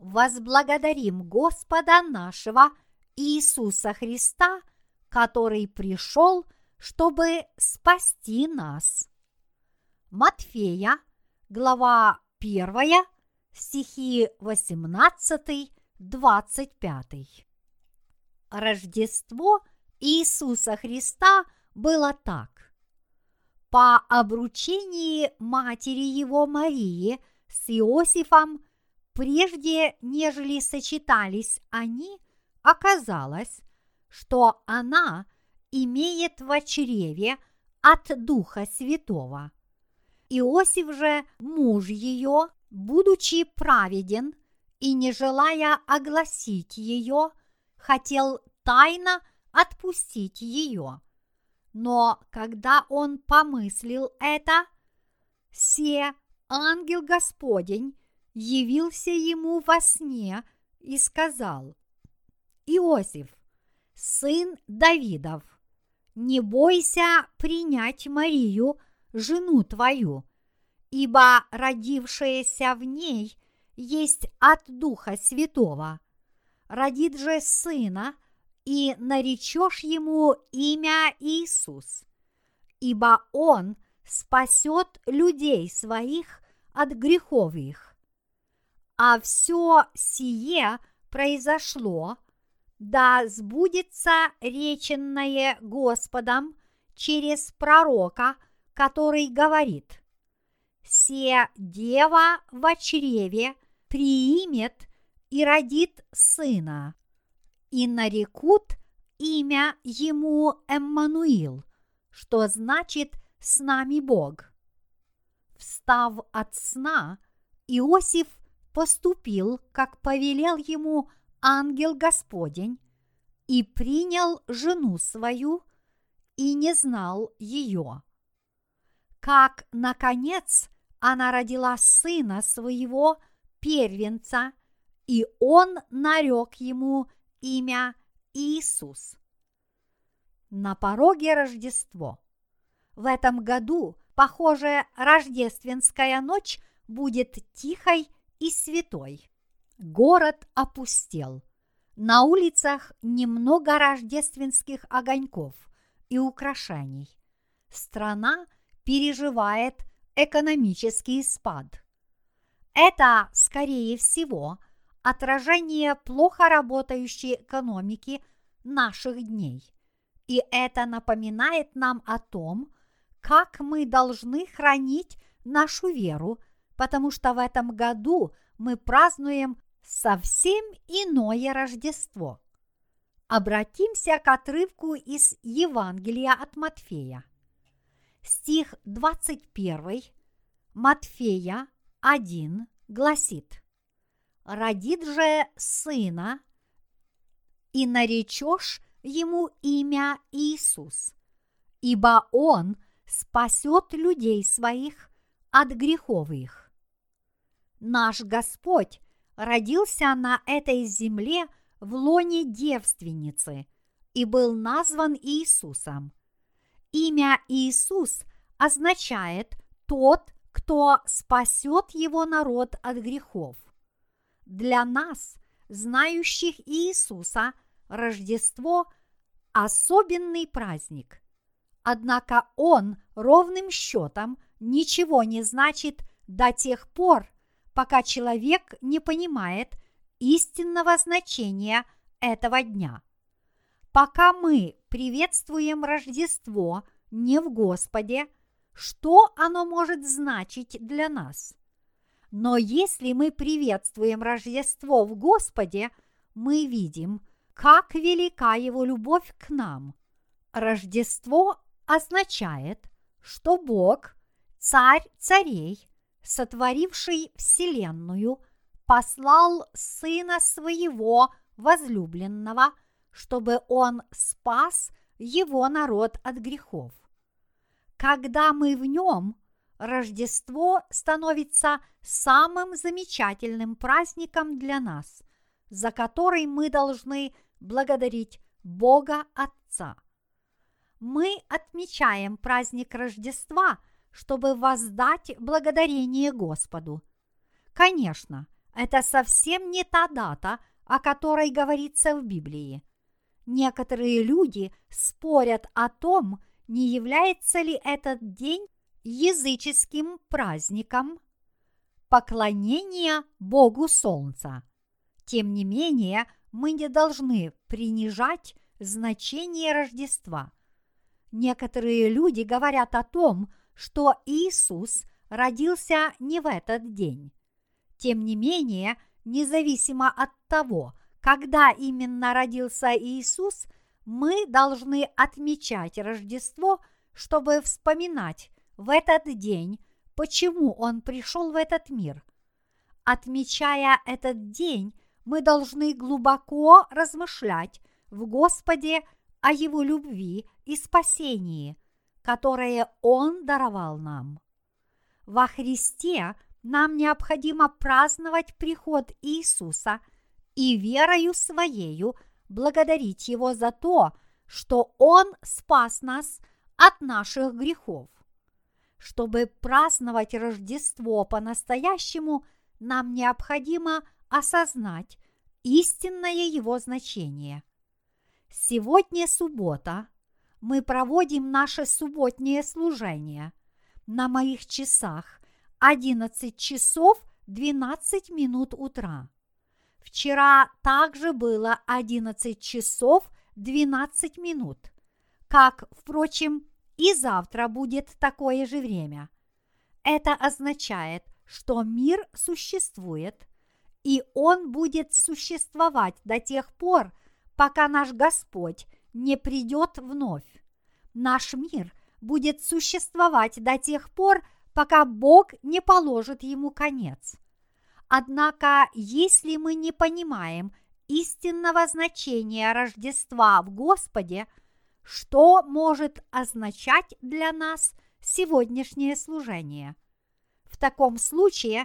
возблагодарим Господа нашего Иисуса Христа, который пришел, чтобы спасти нас. Матфея, глава 1, стихи 18-25. Рождество Иисуса Христа было так. По обручении матери его Марии с Иосифом, прежде нежели сочетались они, оказалось, что она имеет в чреве от Духа Святого. Иосиф же, муж ее, будучи праведен и не желая огласить ее, хотел тайно отпустить ее. Но когда он помыслил это, се ангел Господень явился ему во сне и сказал: Иосиф, сын Давидов, не бойся принять Марию, жену твою, ибо родившееся в ней есть от Духа Святого. Родит же сына, и наречешь ему имя Иисус, ибо он спасет людей своих от грехов их. А все сие произошло, да сбудется реченное Господом через пророка, который говорит: «Се дева во чреве приимет и родит сына, и нарекут имя ему Эммануил, что значит «с нами Бог». Встав от сна, Иосиф поступил, как повелел ему ангел Господень, и принял жену свою, и не знал ее. Как, наконец, она родила сына своего, первенца, и он нарек ему имя Иисус. На пороге Рождество. В этом году, похоже, рождественская ночь будет тихой и святой. Город опустел. На улицах немного рождественских огоньков и украшений. Страна переживает экономический спад. Это, скорее всего, отражение плохо работающей экономики наших дней. И это напоминает нам о том, как мы должны хранить нашу веру, потому что в этом году мы празднуем совсем иное Рождество. Обратимся к отрывку из Евангелия от Матфея. Стих 21, Матфея 1 гласит: «Родит же сына, и наречешь ему имя Иисус, ибо он спасет людей своих от грехов их». Наш Господь родился на этой земле в лоне девственницы и был назван Иисусом. Имя Иисус означает «тот, кто спасет его народ от грехов». Для нас, знающих Иисуса, Рождество – особенный праздник. Однако он ровным счетом ничего не значит до тех пор, пока человек не понимает истинного значения этого дня. Пока мы приветствуем Рождество не в Господе, что оно может значить для нас? Но если мы приветствуем Рождество в Господе, мы видим, как велика Его любовь к нам. Рождество означает, что Бог, Царь царей, сотворивший Вселенную, послал Сына Своего возлюбленного, чтобы Он спас Его народ от грехов. Когда мы в Нем, Рождество становится самым замечательным праздником для нас, за который мы должны благодарить Бога Отца. Мы отмечаем праздник Рождества, чтобы воздать благодарение Господу. Конечно, это совсем не та дата, о которой говорится в Библии. Некоторые люди спорят о том, не является ли этот день языческим праздником поклонения Богу Солнца. Тем не менее, мы не должны принижать значение Рождества. Некоторые люди говорят о том, что Иисус родился не в этот день. Тем не менее, независимо от того, когда именно родился Иисус, мы должны отмечать Рождество, чтобы вспоминать в этот день, почему Он пришел в этот мир. Отмечая этот день, мы должны глубоко размышлять в Господе о Его любви и спасении, которое Он даровал нам. Во Христе нам необходимо праздновать приход Иисуса и верою своею благодарить Его за то, что Он спас нас от наших грехов. Чтобы праздновать Рождество по-настоящему, нам необходимо осознать истинное его значение. Сегодня суббота, мы проводим наше субботнее служение. На моих часах 11 часов 12 минут утра. Вчера также было 11 часов 12 минут, как, впрочем, и завтра будет такое же время. Это означает, что мир существует, и он будет существовать до тех пор, пока наш Господь не придет вновь. Наш мир будет существовать до тех пор, пока Бог не положит ему конец. Однако, если мы не понимаем истинного значения Рождества в Господе, что может означать для нас сегодняшнее служение? В таком случае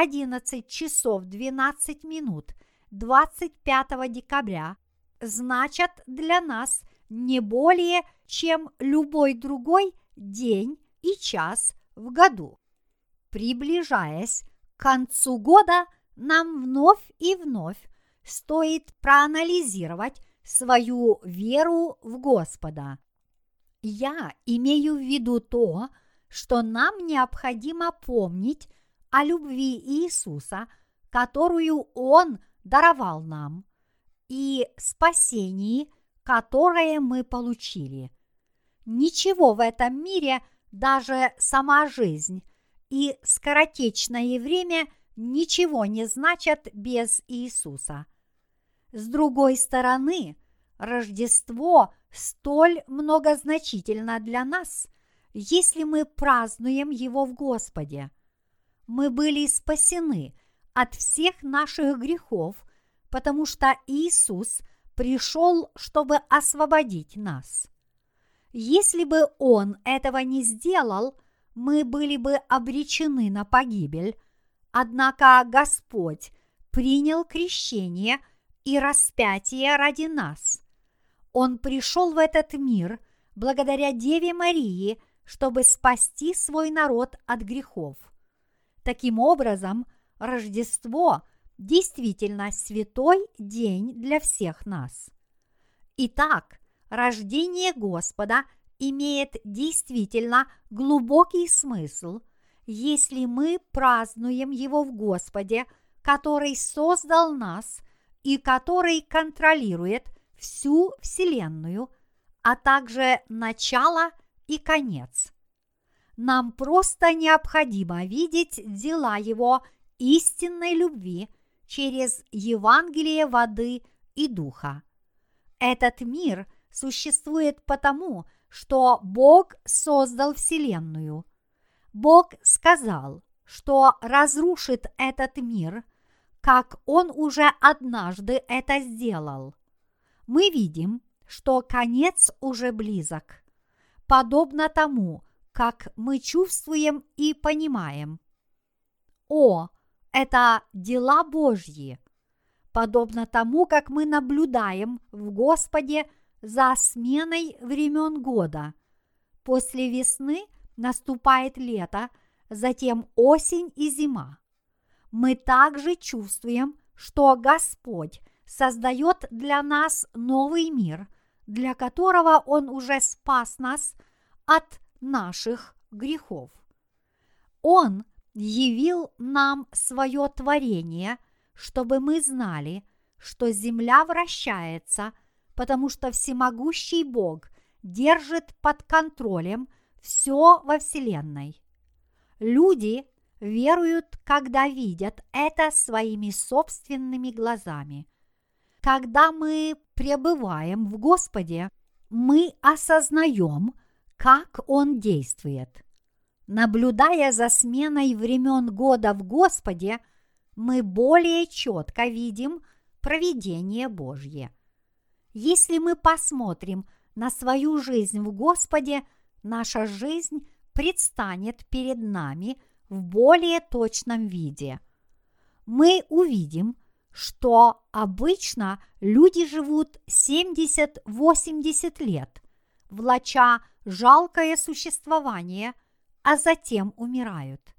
11 часов 12 минут 25 декабря значат для нас не более, чем любой другой день и час в году. Приближаясь к концу года, нам вновь и вновь стоит проанализировать свою веру в Господа. Я имею в виду то, что нам необходимо помнить о любви Иисуса, которую Он даровал нам, и спасении, которое мы получили. Ничего в этом мире, даже сама жизнь и скоротечное время, ничего не значат без Иисуса. С другой стороны, Рождество столь многозначительно для нас, если мы празднуем его в Господе. Мы были спасены от всех наших грехов, потому что Иисус пришел, чтобы освободить нас. Если бы Он этого не сделал, мы были бы обречены на погибель, однако Господь принял крещение и распятие ради нас. Он пришел в этот мир благодаря Деве Марии, чтобы спасти свой народ от грехов. Таким образом, Рождество действительно святой день для всех нас. Итак, рождение Господа имеет действительно глубокий смысл, если мы празднуем его в Господе, который создал нас и который контролирует всю Вселенную, а также начало и конец. Нам просто необходимо видеть дела Его истинной любви через Евангелие воды и духа. Этот мир существует потому, что Бог создал Вселенную. Бог сказал, что разрушит этот мир, как Он уже однажды это сделал. Мы видим, что конец уже близок, подобно тому, как мы чувствуем и понимаем. О, это дела Божьи, подобно тому, как мы наблюдаем в Господе за сменой времен года. После весны наступает лето, затем осень и зима. мы также чувствуем, что Господь создает для нас новый мир, для которого Он уже спас нас от наших грехов. Он явил нам свое творение, чтобы мы знали, что земля вращается, потому что всемогущий Бог держит под контролем все во Вселенной. Люди веруют, когда видят это своими собственными глазами. Когда мы пребываем в Господе, мы осознаем, как Он действует. Наблюдая за сменой времен года в Господе, мы более четко видим провидение Божье. Если мы посмотрим на свою жизнь в Господе, наша жизнь предстанет перед нами в более точном виде. Мы увидим, что обычно люди живут 70-80 лет, влача жалкое существование, а затем умирают.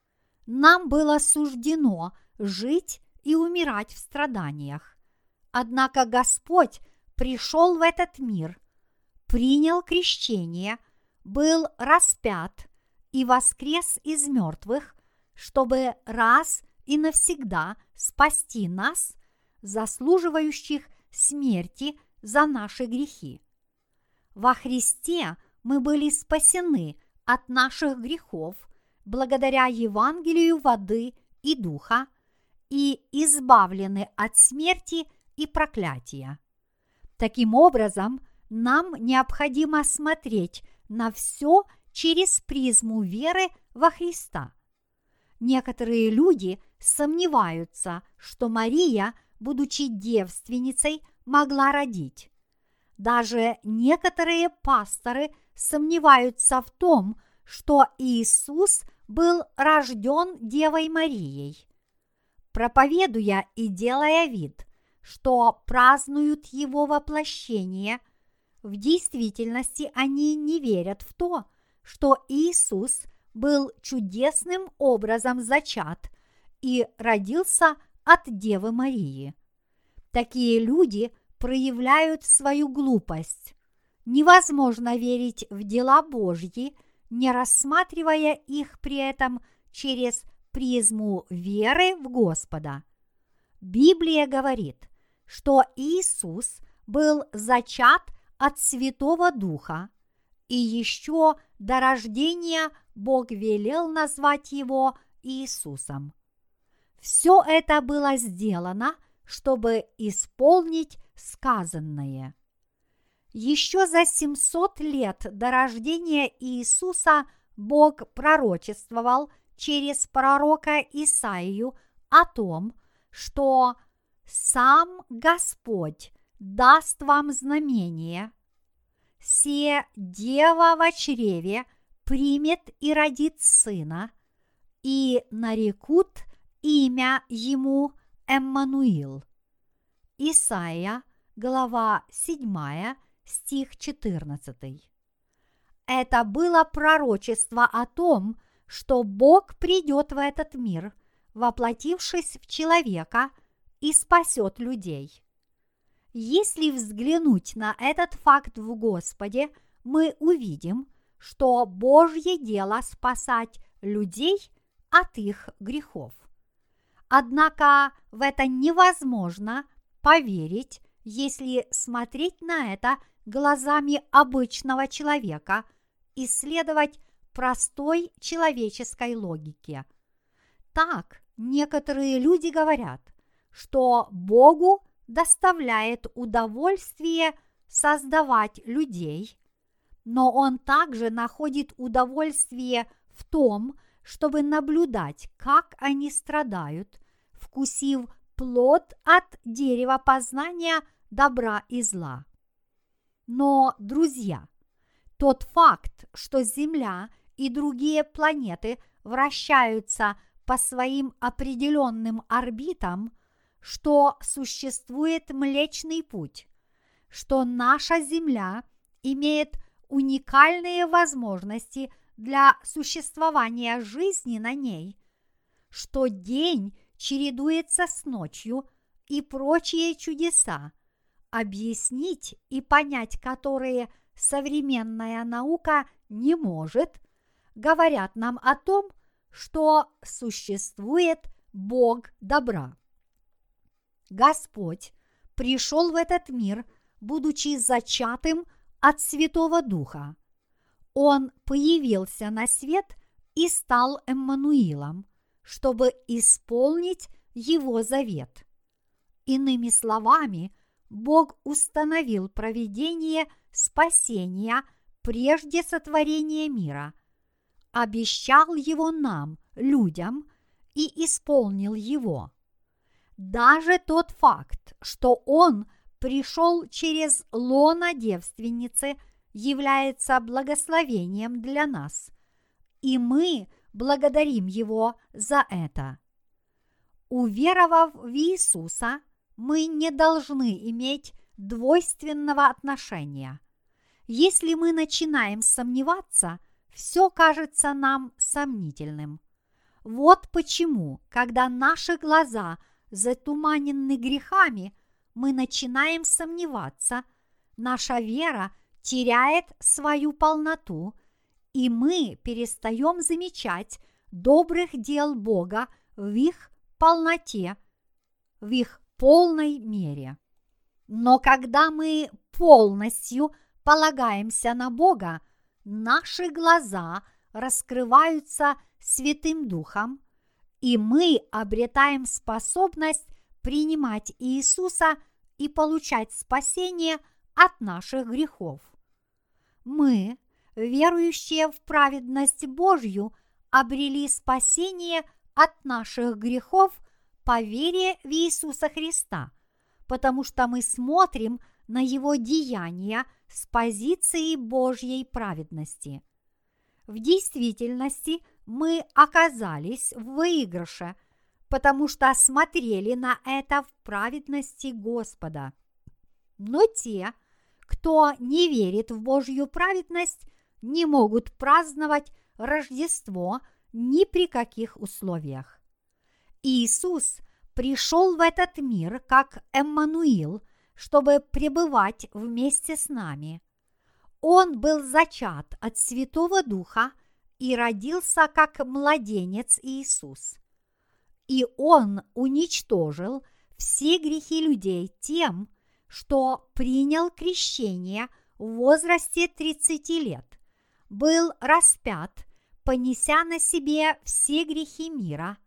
Нам было суждено жить и умирать в страданиях. Однако Господь пришел в этот мир, принял крещение, был распят и воскрес из мертвых, чтобы раз и навсегда спасти нас, заслуживающих смерти за наши грехи. Во Христе мы были спасены от наших грехов благодаря Евангелию воды и духа и избавлены от смерти и проклятия. Таким образом, нам необходимо смотреть на все через призму веры во Христа. Некоторые люди сомневаются, что Мария, будучи девственницей, могла родить. Даже некоторые пасторы сомневаются в том, что Иисус был рожден Девой Марией. Проповедуя и делая вид, что празднуют Его воплощение, в действительности они не верят в то, что Иисус был чудесным образом зачат и родился от Девы Марии. Такие люди проявляют свою глупость. Невозможно верить в дела Божьи, не рассматривая их при этом через призму веры в Господа. Библия говорит, что Иисус был зачат от Святого Духа, и еще до рождения Бог велел назвать его Иисусом. Все это было сделано, чтобы исполнить сказанное. Еще за 700 лет до рождения Иисуса Бог пророчествовал через пророка Исаию о том, что сам Господь даст вам знамение: се дева во чреве примет и родит сына, и нарекут имя ему Эммануил. Исайя, глава 7, стих 14. Это было пророчество о том, что Бог придет в этот мир, воплотившись в человека, и спасет людей. Если взглянуть на этот факт в Господе, мы увидим, что Божье дело спасать людей от их грехов. Однако в это невозможно поверить, если смотреть на это глазами обычного человека и следовать простой человеческой логике. Так, некоторые люди говорят, что Богу доставляет удовольствие создавать людей, но Он также находит удовольствие в том, чтобы наблюдать, как они страдают, вкусив плод от дерева познания добра и зла. Но, друзья, тот факт, что Земля и другие планеты вращаются по своим определенным орбитам, что существует Млечный Путь, что наша Земля имеет уникальные возможности для существования жизни на ней, что день чередуется с ночью и прочие чудеса, объяснить и понять которые современная наука не может, говорят нам о том, что существует Бог добра. Господь пришел в этот мир, будучи зачатым от Святого Духа. Он появился на свет и стал Эммануилом, чтобы исполнить Его завет. Иными словами, Бог установил провидение спасения прежде сотворения мира, обещал его нам, людям, и исполнил его. Даже тот факт, что Он пришел через лоно девственницы, является благословением для нас, и мы благодарим Его за это. Уверовав в Иисуса, мы не должны иметь двойственного отношения. Если мы начинаем сомневаться, все кажется нам сомнительным. Вот почему, когда наши глаза затуманены грехами, мы начинаем сомневаться, наша вера теряет свою полноту, и мы перестаем замечать добрых дел Бога в их полноте, в их полной мере. Но когда мы полностью полагаемся на Бога, наши глаза раскрываются Святым Духом, и мы обретаем способность принимать Иисуса и получать спасение от наших грехов. Мы, верующие в праведность Божью, обрели спасение от наших грехов по вере в Иисуса Христа, потому что мы смотрим на Его деяния с позиции Божьей праведности. В действительности мы оказались в выигрыше, потому что смотрели на это в праведности Господа. Но те, кто не верит в Божью праведность, не могут праздновать Рождество ни при каких условиях. Иисус пришел в этот мир как Эммануил, чтобы пребывать вместе с нами. Он был зачат от Святого Духа и родился как младенец Иисус. И Он уничтожил все грехи людей тем, что принял крещение в возрасте 30 лет, был распят, понеся на себе все грехи мира,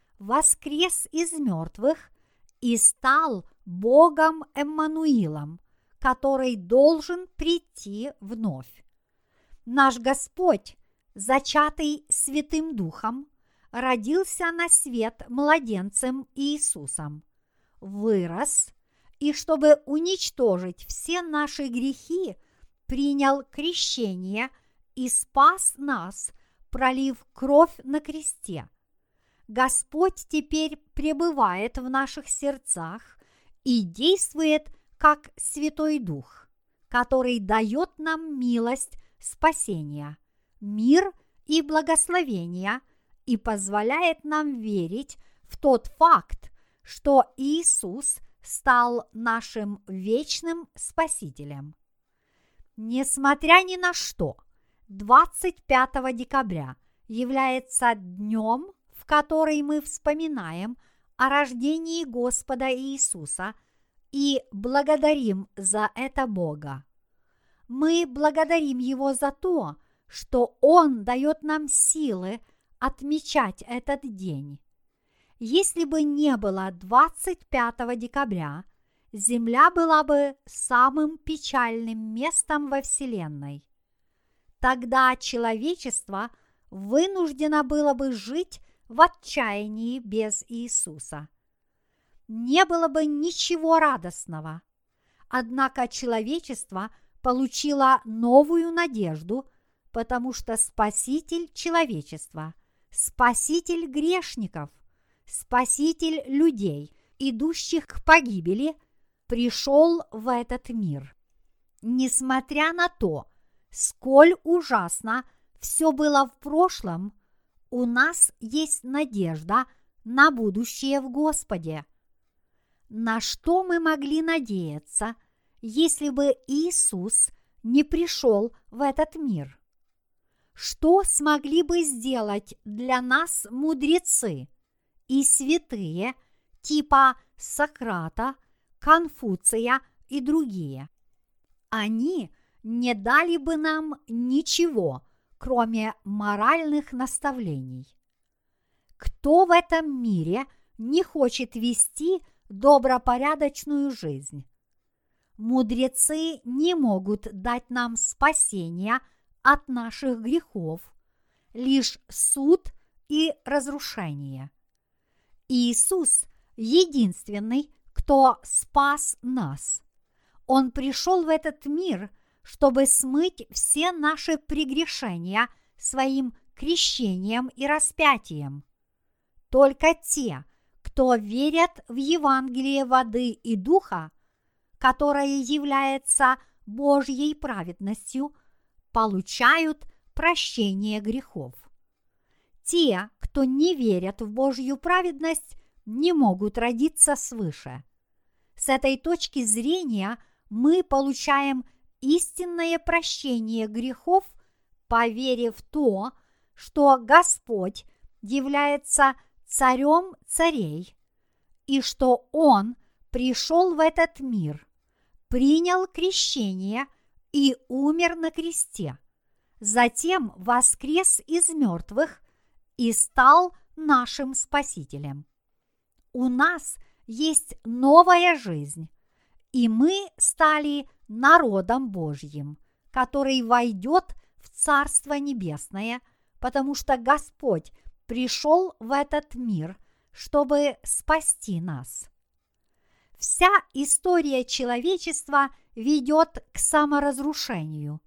воскрес из мертвых и стал Богом Эммануилом, который должен прийти вновь. Наш Господь, зачатый Святым Духом, родился на свет младенцем Иисусом, вырос и, чтобы уничтожить все наши грехи, принял крещение и спас нас, пролив кровь на кресте. Господь теперь пребывает в наших сердцах и действует как Святой Дух, который дает нам милость спасения, мир и благословения и позволяет нам верить в тот факт, что Иисус стал нашим вечным Спасителем. Несмотря ни на что, 25 декабря является днем, в который мы вспоминаем о рождении Господа Иисуса и благодарим за это Бога. Мы благодарим Его за то, что Он дает нам силы отмечать этот день. Если бы не было 25 декабря, Земля была бы самым печальным местом во Вселенной. Тогда человечество вынуждено было бы жить в отчаянии без Иисуса. Не было бы ничего радостного. Однако человечество получило новую надежду, потому что Спаситель человечества, Спаситель грешников, Спаситель людей, идущих к погибели, пришел в этот мир. Несмотря на то, сколь ужасно все было в прошлом, у нас есть надежда на будущее в Господе. На что мы могли надеяться, если бы Иисус не пришел в этот мир? Что смогли бы сделать для нас мудрецы и святые типа Сократа, Конфуция и другие? Они не дали бы нам ничего, кроме моральных наставлений. Кто в этом мире не хочет вести добропорядочную жизнь? Мудрецы не могут дать нам спасения от наших грехов, лишь суд и разрушение. Иисус единственный, кто спас нас. Он пришел в этот мир, чтобы смыть все наши прегрешения своим крещением и распятием. Только те, кто верят в Евангелие воды и духа, которое является Божьей праведностью, получают прощение грехов. Те, кто не верят в Божью праведность, не могут родиться свыше. С этой точки зрения мы получаем истинное прощение грехов по вере в то, что Господь является царем царей и что Он пришел в этот мир, принял крещение и умер на кресте, затем воскрес из мертвых и стал нашим Спасителем. У нас есть новая жизнь, и мы стали народом Божьим, который войдет в Царство Небесное, потому что Господь пришел в этот мир, чтобы спасти нас. Вся история человечества ведет к саморазрушению.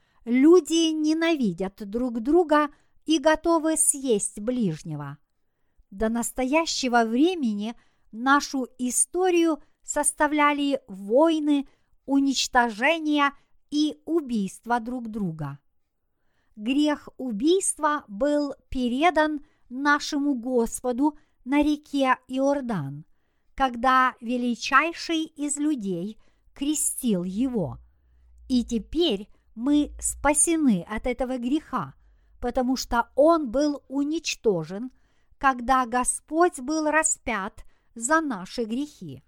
Люди ненавидят друг друга и готовы съесть ближнего. До настоящего времени нашу историю составляли войны, уничтожения и убийства друг друга. Грех убийства был передан нашему Господу на реке Иордан, когда величайший из людей крестил его. И теперь мы спасены от этого греха, потому что он был уничтожен, когда Господь был распят за наши грехи.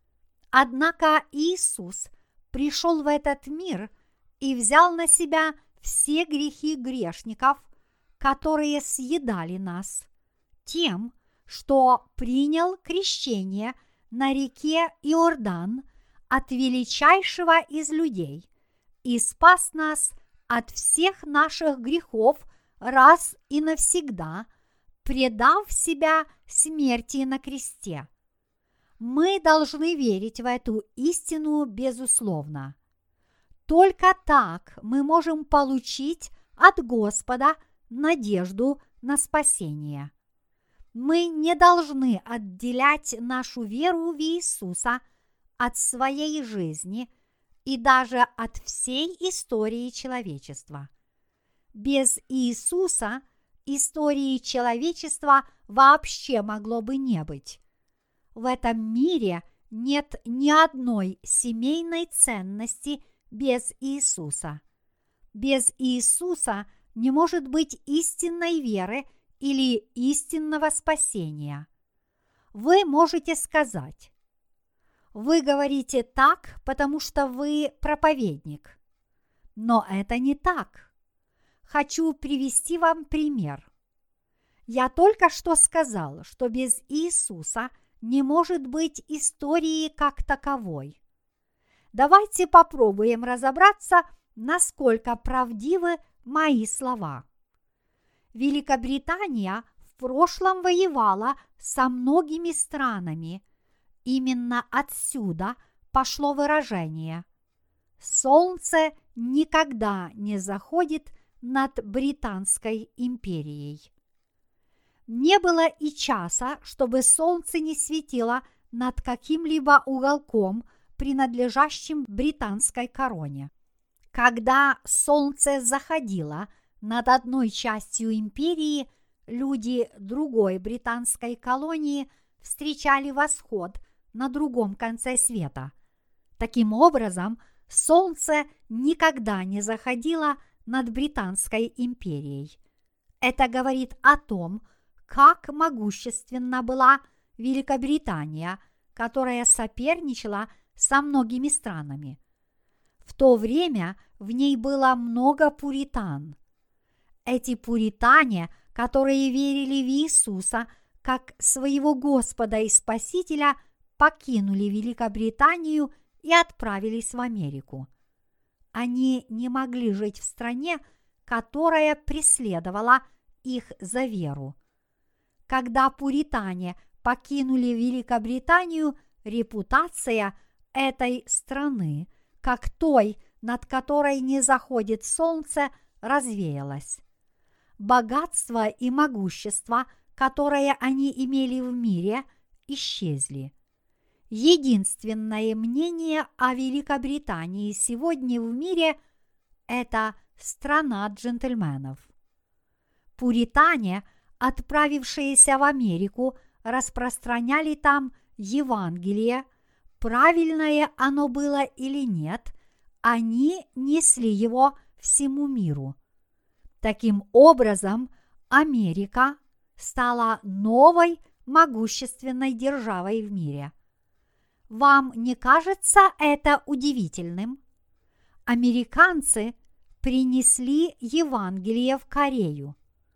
Однако Иисус пришел в этот мир и взял на себя все грехи грешников, которые съедали нас, тем, что принял крещение на реке Иордан от величайшего из людей и спас нас от всех наших грехов раз и навсегда, предав себя смерти на кресте. Мы должны верить в эту истину безусловно. Только так мы можем получить от Господа надежду на спасение. Мы не должны отделять нашу веру в Иисуса от своей жизни и даже от всей истории человечества. Без Иисуса истории человечества вообще могло бы не быть. В этом мире нет ни одной семейной ценности без Иисуса. Без Иисуса не может быть истинной веры или истинного спасения. Вы можете сказать: вы говорите так, потому что вы проповедник. Но это не так. Хочу привести вам пример. Я только что сказал, что без Иисуса не может быть истории как таковой. Давайте попробуем разобраться, насколько правдивы мои слова. Великобритания в прошлом воевала со многими странами. Именно отсюда пошло выражение: «Солнце никогда не заходит над Британской империей». Не было и часа, чтобы солнце не светило над каким-либо уголком, принадлежащим британской короне. Когда солнце заходило над одной частью империи, люди другой британской колонии встречали восход на другом конце света. Таким образом, солнце никогда не заходило над Британской империей. Это говорит о том, как могущественна была Великобритания, которая соперничала со многими странами. В то время в ней было много пуритан. Эти пуритане, которые верили в Иисуса как своего Господа и Спасителя, покинули Великобританию и отправились в Америку. Они не могли жить в стране, которая преследовала их за веру. Когда пуритане покинули Великобританию, репутация этой страны, как той, над которой не заходит солнце, развеялась. Богатство и могущество, которое они имели в мире, исчезли. Единственное мнение о Великобритании сегодня в мире – это страна джентльменов. Пуритане, отправившиеся в Америку, распространяли там Евангелие, правильное оно было или нет, они несли его всему миру. Таким образом, Америка стала новой могущественной державой в мире. Вам не кажется это удивительным? Американцы принесли Евангелие в Корею.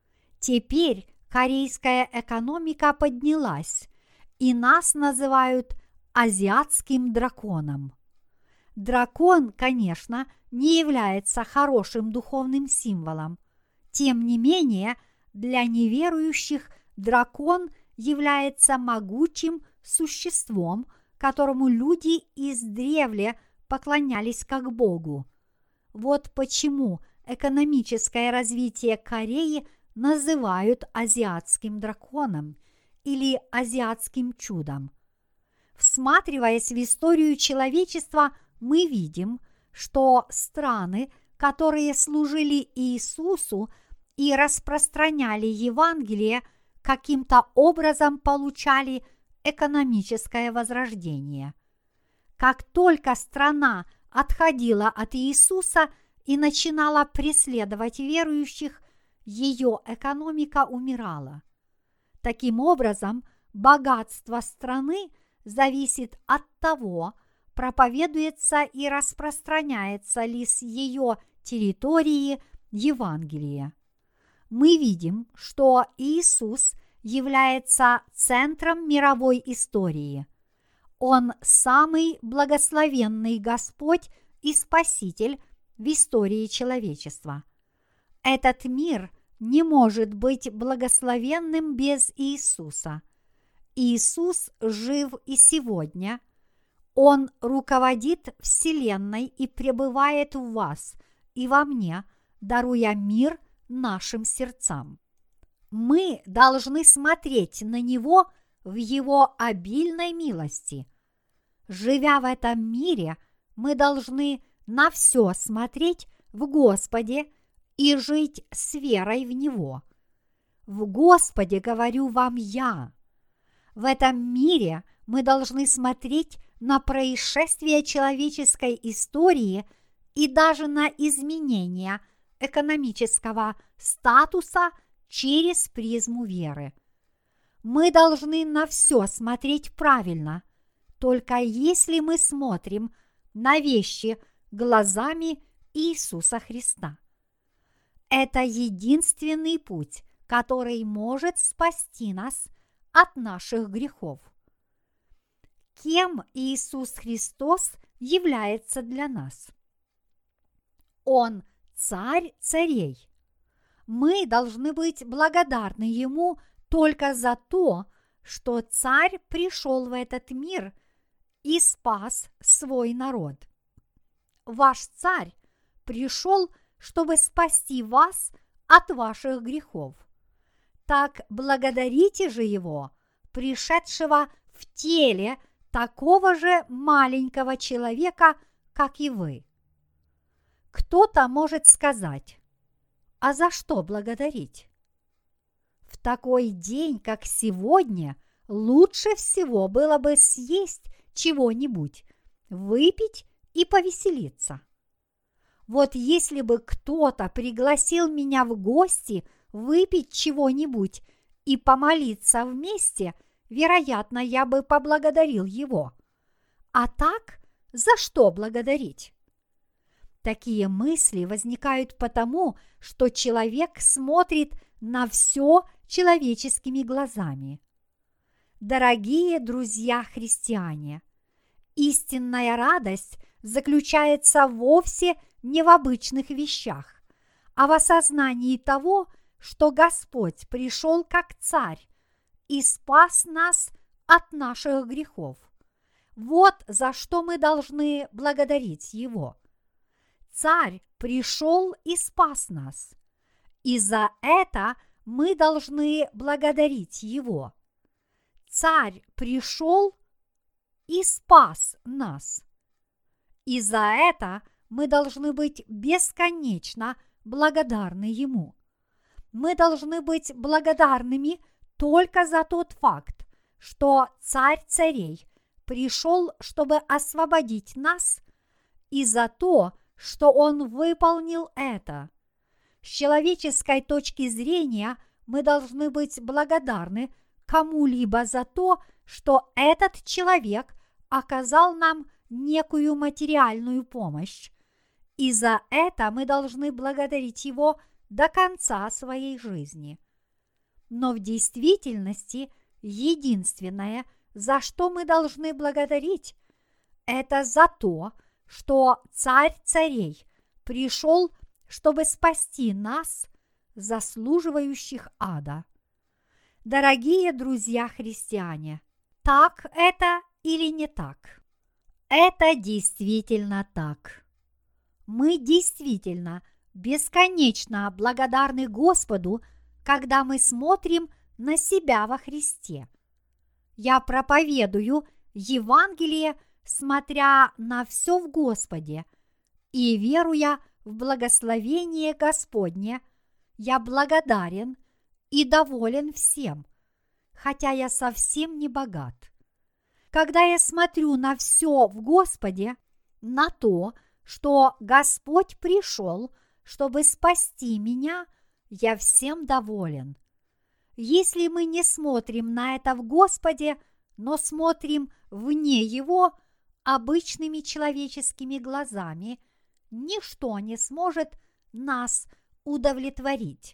Теперь корейская экономика поднялась, и нас называют азиатским драконом. Дракон, конечно, не является хорошим духовным символом. Тем не менее, для неверующих дракон является могучим существом, которому люди издревле поклонялись как Богу. Вот почему экономическое развитие Кореи называют азиатским драконом или азиатским чудом. Всматриваясь в историю человечества, мы видим, что страны, которые служили Иисусу и распространяли Евангелие, каким-то образом получали экономическое возрождение. Как только страна отходила от Иисуса и начинала преследовать верующих, ее экономика умирала. Таким образом, богатство страны зависит от того, проповедуется и распространяется ли с ее территории Евангелие. Мы видим, что Иисус является центром мировой истории. Он самый благословенный Господь и Спаситель в истории человечества. Этот мир не может быть благословенным без Иисуса. Иисус жив и сегодня. Он руководит Вселенной и пребывает в вас и во мне, даруя мир нашим сердцам. Мы должны смотреть на Него в Его обильной милости. Живя в этом мире, мы должны на все смотреть в Господе и жить с верой в Него. В Господе говорю вам я. В этом мире мы должны смотреть на происшествия человеческой истории и даже на изменения экономического статуса через призму веры. Мы должны на все смотреть правильно, только если мы смотрим на вещи глазами Иисуса Христа. Это единственный путь, который может спасти нас от наших грехов. Кем Иисус Христос является для нас? Он царь царей. Мы должны быть благодарны Ему только за то, что царь пришел в этот мир и спас свой народ. Ваш царь пришел, чтобы спасти вас от ваших грехов. Так благодарите же Его, пришедшего в теле такого же маленького человека, как и вы. Кто-то может сказать: а за что благодарить? В такой день, как сегодня, лучше всего было бы съесть чего-нибудь, выпить и повеселиться. Вот если бы кто-то пригласил меня в гости выпить чего-нибудь и помолиться вместе, вероятно, я бы поблагодарил его. А так, за что благодарить? Такие мысли возникают потому, что человек смотрит на все человеческими глазами. Дорогие друзья-христиане, истинная радость заключается вовсе не в обычных вещах, а в осознании того, что Господь пришел как царь и спас нас от наших грехов. Вот за что мы должны благодарить Его. Царь пришел и спас нас, и за это мы должны благодарить Его. Царь пришел и спас нас, и за это мы должны быть бесконечно благодарны Ему. Мы должны быть благодарными только за тот факт, что Царь царей пришел, чтобы освободить нас, и за то, что Он выполнил это. С человеческой точки зрения мы должны быть благодарны кому-либо за то, что этот человек оказал нам некую материальную помощь, и за это мы должны благодарить его до конца своей жизни. Но в действительности единственное, за что мы должны благодарить, это за то, что Царь царей пришел, чтобы спасти нас, заслуживающих ада. Дорогие друзья-христиане, так это или не так? Это действительно так. Мы действительно бесконечно благодарны Господу, когда мы смотрим на себя во Христе. Я проповедую Евангелие, смотря на все в Господе, и веруя в благословение Господне, я благодарен и доволен всем, хотя я совсем не богат. Когда я смотрю на все в Господе, на то, что Господь пришел, чтобы спасти меня, я всем доволен. Если мы не смотрим на это в Господе, но смотрим вне Его обычными человеческими глазами, ничто не сможет нас удовлетворить.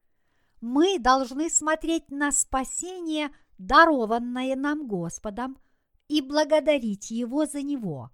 Мы должны смотреть на спасение, дарованное нам Господом, и благодарить Его за него.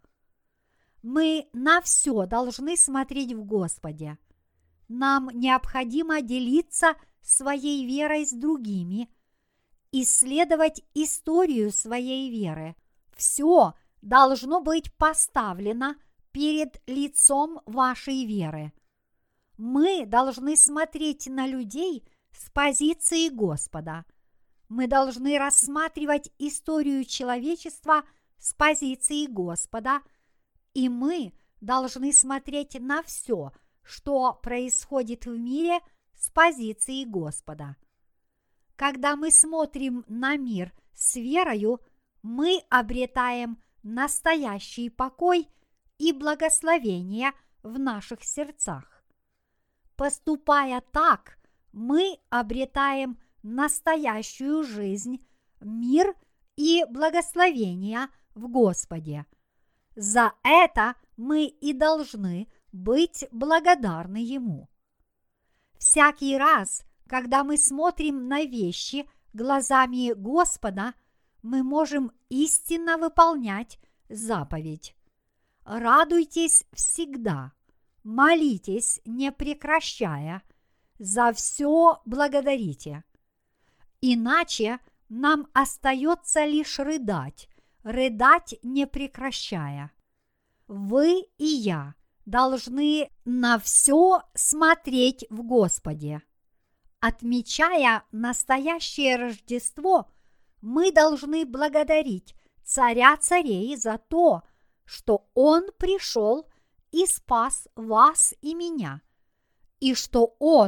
Мы на все должны смотреть в Господе. Нам необходимо делиться своей верой с другими, исследовать историю своей веры. Все должно быть поставлено перед лицом вашей веры. Мы должны смотреть на людей с позиции Господа. Мы должны рассматривать историю человечества с позиции Господа, и мы должны смотреть на все, что происходит в мире с позиции Господа. Когда мы смотрим на мир с верою, мы обретаем настоящий покой и благословение в наших сердцах. Поступая так, мы обретаем настоящую жизнь, мир и благословение в Господе. За это мы и должны быть благодарны Ему. Всякий раз, когда мы смотрим на вещи глазами Господа, мы можем истинно выполнять заповедь. Радуйтесь всегда, молитесь не прекращая, за все благодарите. Иначе нам остается лишь рыдать не прекращая. Вы и я должны на все смотреть в Господе. Отмечая настоящее Рождество, мы должны благодарить Царя царей за то, что Он пришел и спас вас и меня, и что Он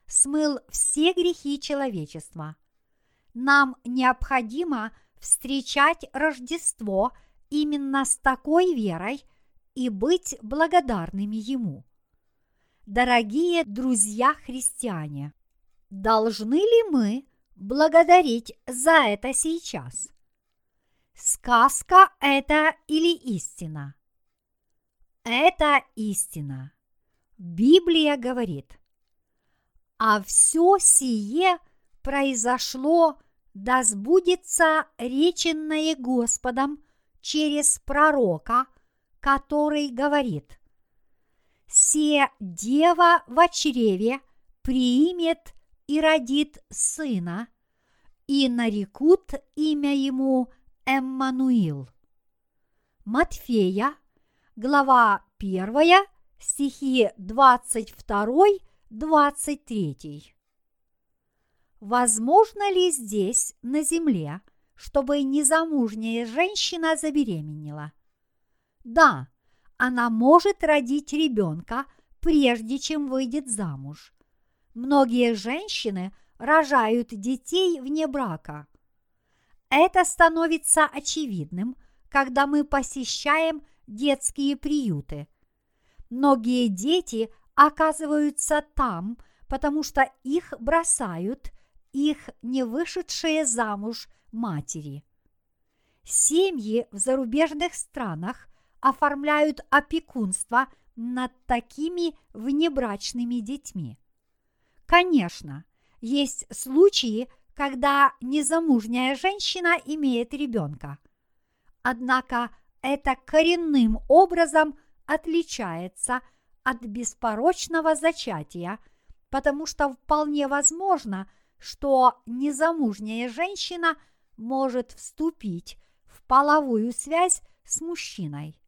смыл все грехи человечества. Нам необходимо встречать Рождество именно с такой верой и быть благодарными Ему. Дорогие друзья-христиане, должны ли мы благодарить за это сейчас? Сказка это или истина? Это истина. Библия говорит: «А все сие произошло, да сбудется реченное Господом через пророка, который говорит: се дева во чреве приимет и родит сына, и нарекут имя ему Эммануил». Матфея, глава 1, стихи 22-23. Возможно ли здесь, на земле, чтобы незамужняя женщина забеременела? Да, она может родить ребенка, прежде чем выйдет замуж. Многие женщины рожают детей вне брака. Это становится очевидным, когда мы посещаем детские приюты. Многие дети оказываются там, потому что их бросают их не вышедшие замуж матери. Семьи в зарубежных странах оформляют опекунство над такими внебрачными детьми. Конечно, есть случаи, когда незамужняя женщина имеет ребенка. Однако это коренным образом отличается от беспорочного зачатия, потому что вполне возможно, что незамужняя женщина может вступить в половую связь с мужчиной.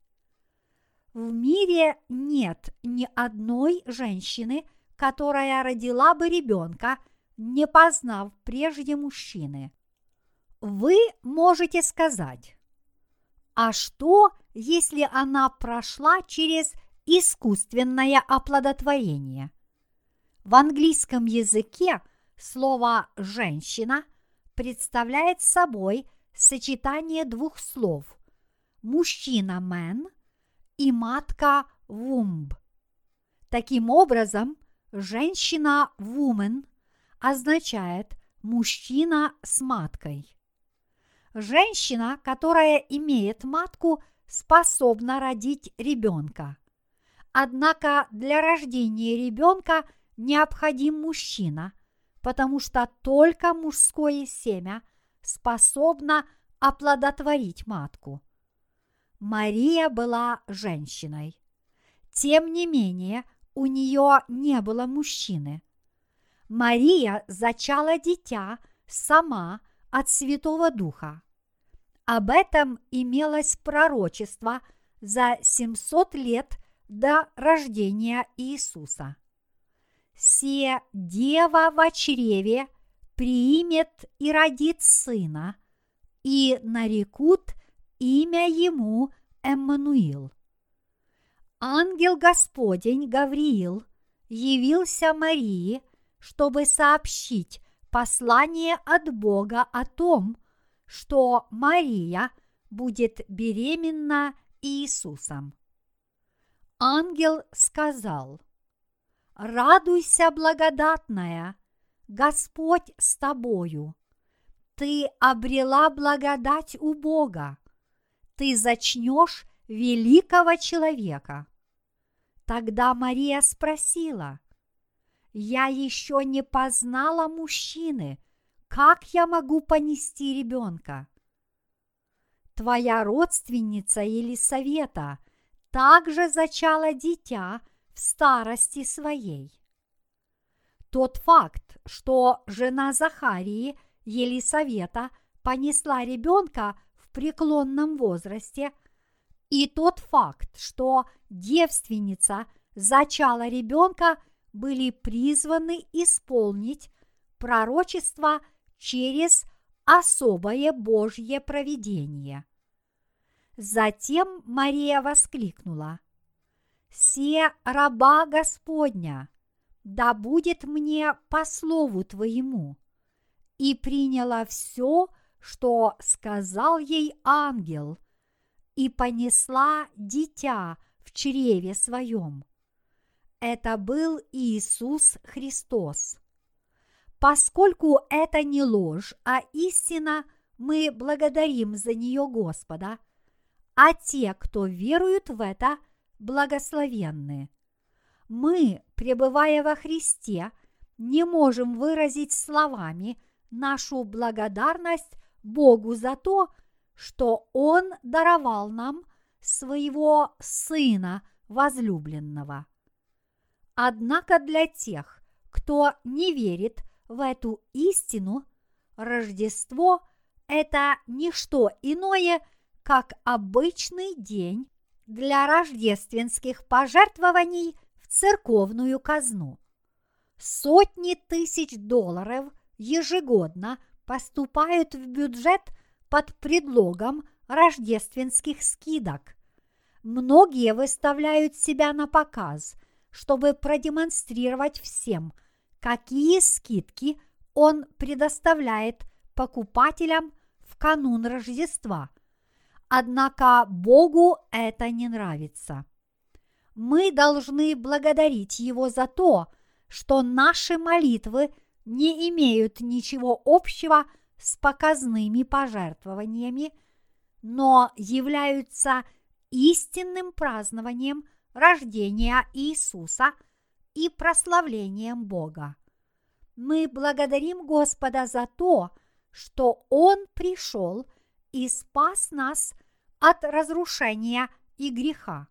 В мире нет ни одной женщины, которая родила бы ребенка, не познав прежде мужчины. Вы можете сказать: а что, если она прошла через искусственное оплодотворение? В английском языке слово «женщина» представляет собой сочетание двух слов «мужчина» man и «матка» womb. Таким образом, женщина woman означает мужчина с маткой. Женщина, которая имеет матку, способна родить ребенка. Однако для рождения ребенка необходим мужчина, потому что только мужское семя способно оплодотворить матку. Мария была женщиной. Тем не менее, у нее не было мужчины. Мария зачала дитя сама от Святого Духа. Об этом имелось пророчество за 700 лет до рождения Иисуса. «Се дева во чреве приимет и родит сына, и нарекут имя ему Эммануил». Ангел Господень Гавриил явился Марии, чтобы сообщить послание от Бога о том, что Мария будет беременна Иисусом. Ангел сказал: «Радуйся, благодатная, Господь с тобою. Ты обрела благодать у Бога. Ты зачнешь великого человека». Тогда Мария спросила: «Я еще не познала мужчины, как я могу понести ребенка?» Твоя родственница Елисавета также зачала дитя в старости своей. Тот факт, что жена Захарии, Елисавета, понесла ребенка в преклонном возрасте, и тот факт, что девственница зачала ребенка, были призваны исполнить пророчество через особое Божье провидение. Затем Мария воскликнула: «Се раба Господня, да будет мне по слову твоему. И приняла все, что сказал ей ангел, и понесла дитя в чреве своем. Это был Иисус Христос. Поскольку это не ложь, а истина, мы благодарим за нее Господа, а те, кто веруют в это, благословенны. Мы, пребывая во Христе, не можем выразить словами нашу благодарность Богу за то, что Он даровал нам своего Сына возлюбленного. Однако для тех, кто не верит в эту истину, Рождество – это не что иное, как обычный день для рождественских пожертвований в церковную казну. Сотни тысяч долларов ежегодно поступают в бюджет под предлогом рождественских скидок. Многие выставляют себя на показ, чтобы продемонстрировать всем, какие скидки он предоставляет покупателям в канун Рождества. Однако Богу это не нравится. Мы должны благодарить Его за то, что наши молитвы не имеют ничего общего с показными пожертвованиями, но являются истинным празднованием рождения Иисуса и прославлением Бога. Мы благодарим Господа за то, что Он пришел и спас нас от разрушения и греха.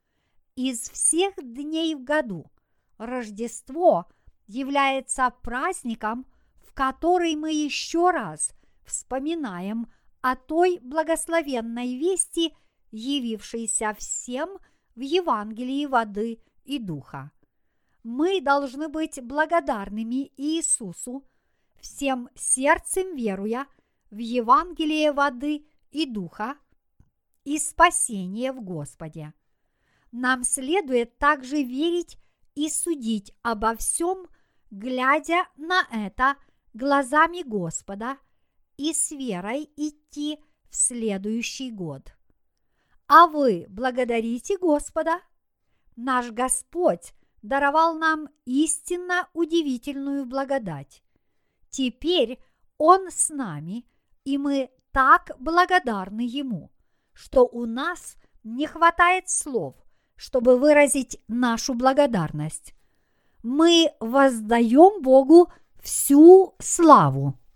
Из всех дней в году Рождество является праздником, в который мы еще раз вспоминаем о той благословенной вести, явившейся всем в Евангелии воды и духа. Мы должны быть благодарными Иисусу, всем сердцем веруя в Евангелие воды и духа и спасение в Господе. Нам следует также верить и судить обо всем, глядя на это глазами Господа, и с верой идти в следующий год. А вы благодарите Господа? Наш Господь даровал нам истинно удивительную благодать. Теперь Он с нами, и мы так благодарны Ему, что у нас не хватает слов, чтобы выразить нашу благодарность. Мы воздаем Богу всю славу.